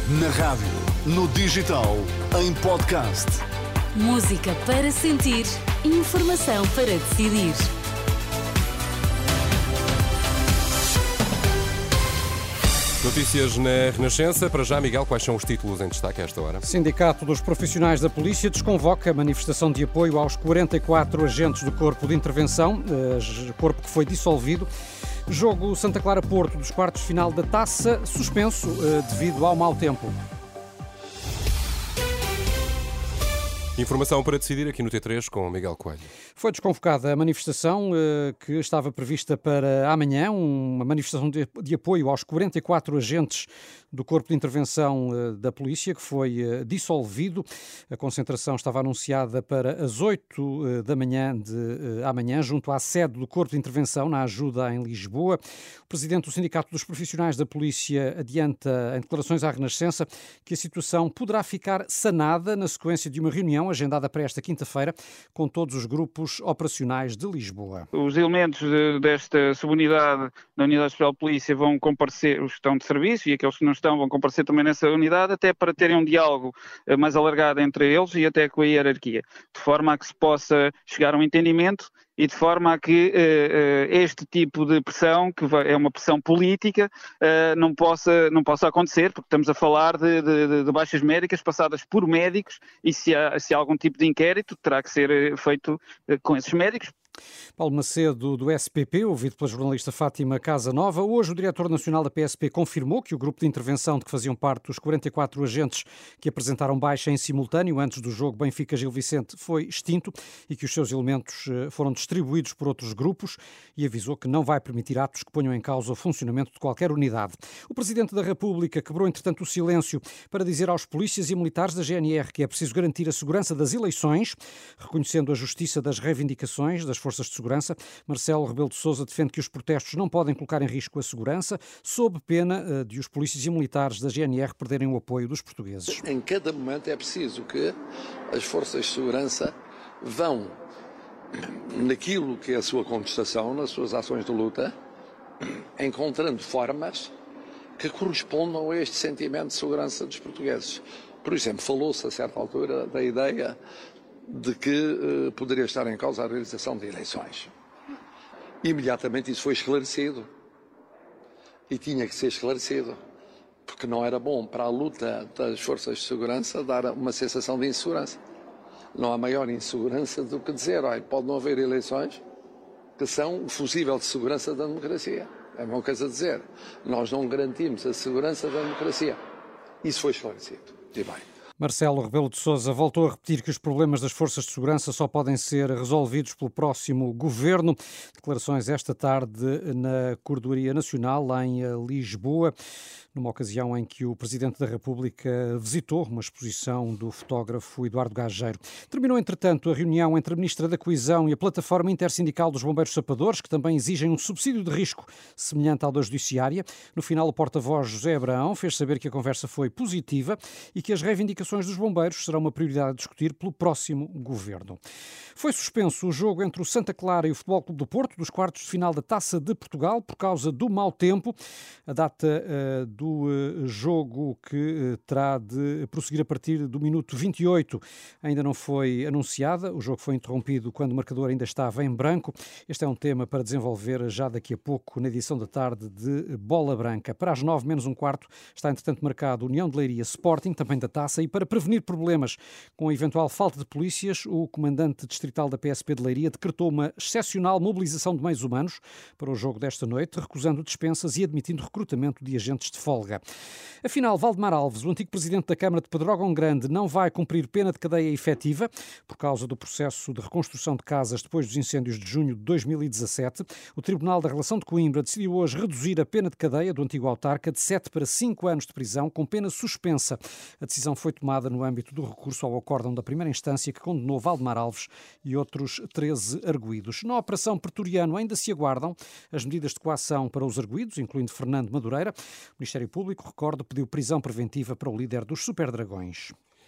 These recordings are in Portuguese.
Na rádio, no digital, em podcast. Música para sentir, informação para decidir. Notícias na Renascença. Para já, Miguel, quais são os títulos em destaque a esta hora? Sindicato dos Profissionais da Polícia desconvoca a manifestação de apoio aos 44 agentes do Corpo de Intervenção, corpo que foi dissolvido. Jogo Santa Clara-Porto dos quartos de final da Taça, suspenso devido ao mau tempo. Informação para decidir aqui no T3 com Miguel Coelho. Foi desconvocada a manifestação que estava prevista para amanhã, uma manifestação de apoio aos 44 agentes do Corpo de Intervenção da Polícia, que foi dissolvido. A concentração estava anunciada para as 8 da manhã de amanhã, junto à sede do Corpo de Intervenção, na Ajuda em Lisboa. O presidente do Sindicato dos Profissionais da Polícia adianta em declarações à Renascença que a situação poderá ficar sanada na sequência de uma reunião agendada para esta quinta-feira com todos os grupos operacionais de Lisboa. Os elementos desta subunidade da Unidade Especial de Polícia vão comparecer, os que estão de serviço e aqueles que não estão vão comparecer também nessa unidade, até para terem um diálogo mais alargado entre eles e até com a hierarquia, de forma a que se possa chegar a um entendimento e de forma a que este tipo de pressão, que é uma pressão política, não possa acontecer, porque estamos a falar de baixas médicas passadas por médicos e se há algum tipo de inquérito terá que ser feito com esses médicos. Paulo Macedo, do SPP, ouvido pela jornalista Fátima Casanova. Hoje o diretor nacional da PSP confirmou que o grupo de intervenção de que faziam parte os 44 agentes que apresentaram baixa em simultâneo antes do jogo Benfica-Gil Vicente foi extinto e que os seus elementos foram distribuídos por outros grupos e avisou que não vai permitir atos que ponham em causa o funcionamento de qualquer unidade. O Presidente da República quebrou, entretanto, o silêncio para dizer aos polícias e militares da GNR que é preciso garantir a segurança das eleições, reconhecendo a justiça das reivindicações das forças de segurança. Marcelo Rebelo de Sousa defende que os protestos não podem colocar em risco a segurança, sob pena de os polícias e militares da GNR perderem o apoio dos portugueses. Em cada momento é preciso que as forças de segurança vão naquilo que é a sua contestação, nas suas ações de luta, encontrando formas que correspondam a este sentimento de segurança dos portugueses. Por exemplo, falou-se a certa altura da ideia de que poderia estar em causa a realização de eleições. Imediatamente isso foi esclarecido. E tinha que ser esclarecido. Porque não era bom para a luta das forças de segurança dar uma sensação de insegurança. Não há maior insegurança do que dizer, olha, pode não haver eleições que são o fusível de segurança da democracia. É a mesma coisa dizer, nós não garantimos a segurança da democracia. Isso foi esclarecido. E bem. Marcelo Rebelo de Sousa voltou a repetir que os problemas das forças de segurança só podem ser resolvidos pelo próximo governo. Declarações esta tarde na Corredoria Nacional, em Lisboa, numa ocasião em que o Presidente da República visitou uma exposição do fotógrafo Eduardo Gageiro. Terminou, entretanto, a reunião entre a Ministra da Coesão e a Plataforma Intersindical dos Bombeiros Sapadores, que também exigem um subsídio de risco semelhante ao da Judiciária. No final, o porta-voz José Abraão fez saber que a conversa foi positiva e que as reivindicações dos bombeiros serão uma prioridade a discutir pelo próximo governo. Foi suspenso o jogo entre o Santa Clara e o Futebol Clube do Porto, dos quartos de final da Taça de Portugal, por causa do mau tempo. A data do jogo, que terá de prosseguir a partir do minuto 28, ainda não foi anunciada. O jogo foi interrompido quando o marcador ainda estava em branco. Este é um tema para desenvolver já daqui a pouco na edição da tarde de Bola Branca. Para as 9 menos um quarto está, entretanto, marcado União de Leiria Sporting, também da Taça, e para prevenir problemas com a eventual falta de polícias, o comandante distrital da PSP de Leiria decretou uma excepcional mobilização de meios humanos para o jogo desta noite, recusando dispensas e admitindo recrutamento de agentes de folga. Afinal, Valdemar Alves, o antigo presidente da Câmara de Pedrógão Grande, não vai cumprir pena de cadeia efetiva por causa do processo de reconstrução de casas depois dos incêndios de junho de 2017. O Tribunal da Relação de Coimbra decidiu hoje reduzir a pena de cadeia do antigo autarca de 7 para 5 anos de prisão, com pena suspensa. A decisão foi tomada no âmbito do recurso ao acórdão da primeira instância que condenou Valdemar Alves e outros 13 arguidos. Na Operação Pretoriano ainda se aguardam as medidas de coação para os arguidos, incluindo Fernando Madureira. O Ministério Público, recordo, pediu prisão preventiva para o líder dos Superdragões.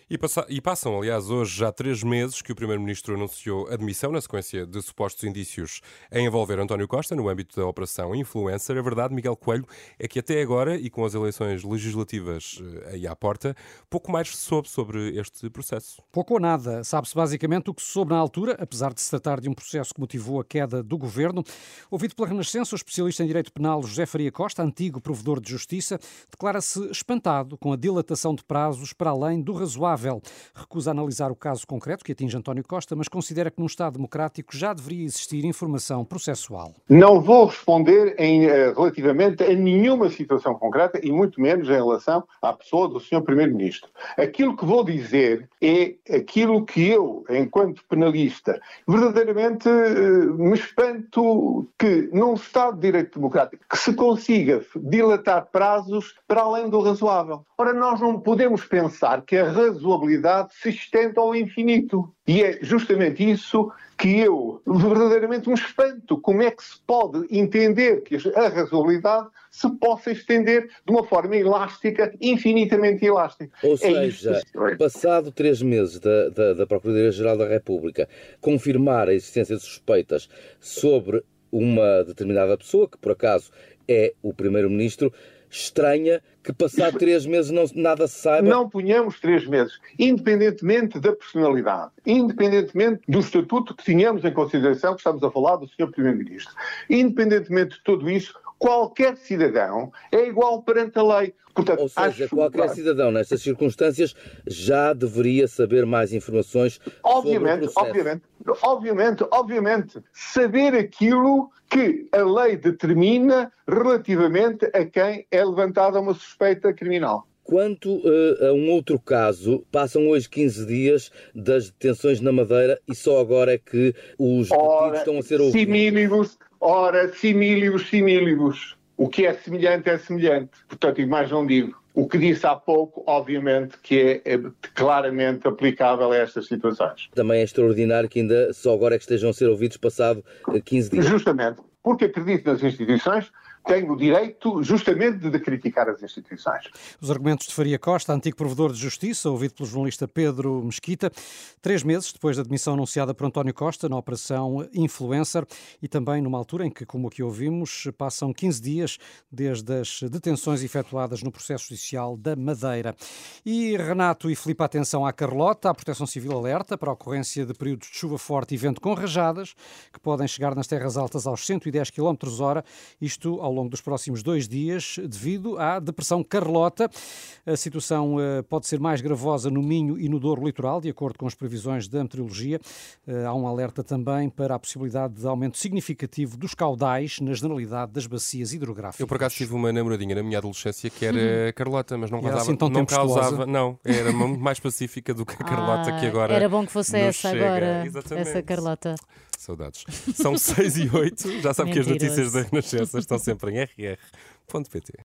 E passam, aliás, hoje já 3 meses que o Primeiro-Ministro anunciou a demissão na sequência de supostos indícios a envolver António Costa no âmbito da Operação Influencer. A verdade, Miguel Coelho, é que até agora, e com as eleições legislativas aí à porta, pouco mais se soube sobre este processo. Pouco ou nada. Sabe-se basicamente o que se soube na altura, apesar de se tratar de um processo que motivou a queda do governo. Ouvido pela Renascença, o especialista em direito penal José Faria Costa, antigo provedor de justiça, declara-se espantado com a dilatação de prazos para além do razoável. Recusa analisar o caso concreto que atinge António Costa, mas considera que num Estado democrático já deveria existir informação processual. Não vou responder relativamente a nenhuma situação concreta e muito menos em relação à pessoa do Sr. Primeiro-Ministro. Aquilo que vou dizer é aquilo que eu, enquanto penalista, verdadeiramente me espanto que num Estado de Direito Democrático que se consiga dilatar prazos para além do razoável. Ora, nós não podemos pensar que a razoabilidade se estende ao infinito. E é justamente isso que eu verdadeiramente me espanto. Como é que se pode entender que a razoabilidade se possa estender de uma forma elástica, infinitamente elástica? Ou seja, passado 3 meses da Procuradoria-Geral da República confirmar a existência de suspeitas sobre uma determinada pessoa, que por acaso é o Primeiro-Ministro, estranha que passado 3 meses nada se saiba. Não ponhamos 3 meses, independentemente da personalidade, independentemente do estatuto que tínhamos em consideração, que estamos a falar do Sr. Primeiro-Ministro, independentemente de tudo isso, qualquer cidadão é igual perante a lei. Portanto, ou seja, qualquer cidadão nestas circunstâncias já deveria saber mais informações sobre o processo. Obviamente. Saber aquilo que a lei determina relativamente a quem é levantada uma suspeita criminal. Quanto a um outro caso, passam hoje 15 dias das detenções na Madeira e só agora é que os detidos estão a ser ouvidos. Similibus. O que é semelhante. Portanto, e mais não digo. O que disse há pouco, obviamente, que é claramente aplicável a estas situações. Também é extraordinário que ainda só agora é que estejam a ser ouvidos passado 15 dias. Justamente, porque acredito nas instituições, tenho o direito justamente de criticar as instituições. Os argumentos de Faria Costa, antigo provedor de justiça, ouvido pelo jornalista Pedro Mesquita, 3 meses depois da demissão anunciada por António Costa na Operação Influencer e também numa altura em que, como aqui ouvimos, passam 15 dias desde as detenções efetuadas no processo judicial da Madeira. E Renato e Filipe, atenção à Carlota, a Proteção Civil alerta para a ocorrência de períodos de chuva forte e vento com rajadas que podem chegar nas terras altas aos 110 km/h, isto ao longo dos próximos 2 dias, devido à depressão Carlota. A situação pode ser mais gravosa no Minho e no Douro Litoral, de acordo com as previsões da meteorologia. Há um alerta também para a possibilidade de aumento significativo dos caudais na generalidade das bacias hidrográficas. Eu, por acaso, tive uma namoradinha na minha adolescência que era Carlota, mas não causava... Assim tão tempestuosa? Não, era muito mais pacífica do que a Carlota, que agora era bom que fosse essa chega. agora, Exatamente. essa Carlota. Saudades. São 6 e 8, já sabe que as notícias da Renascença estão sempre em rr.pt.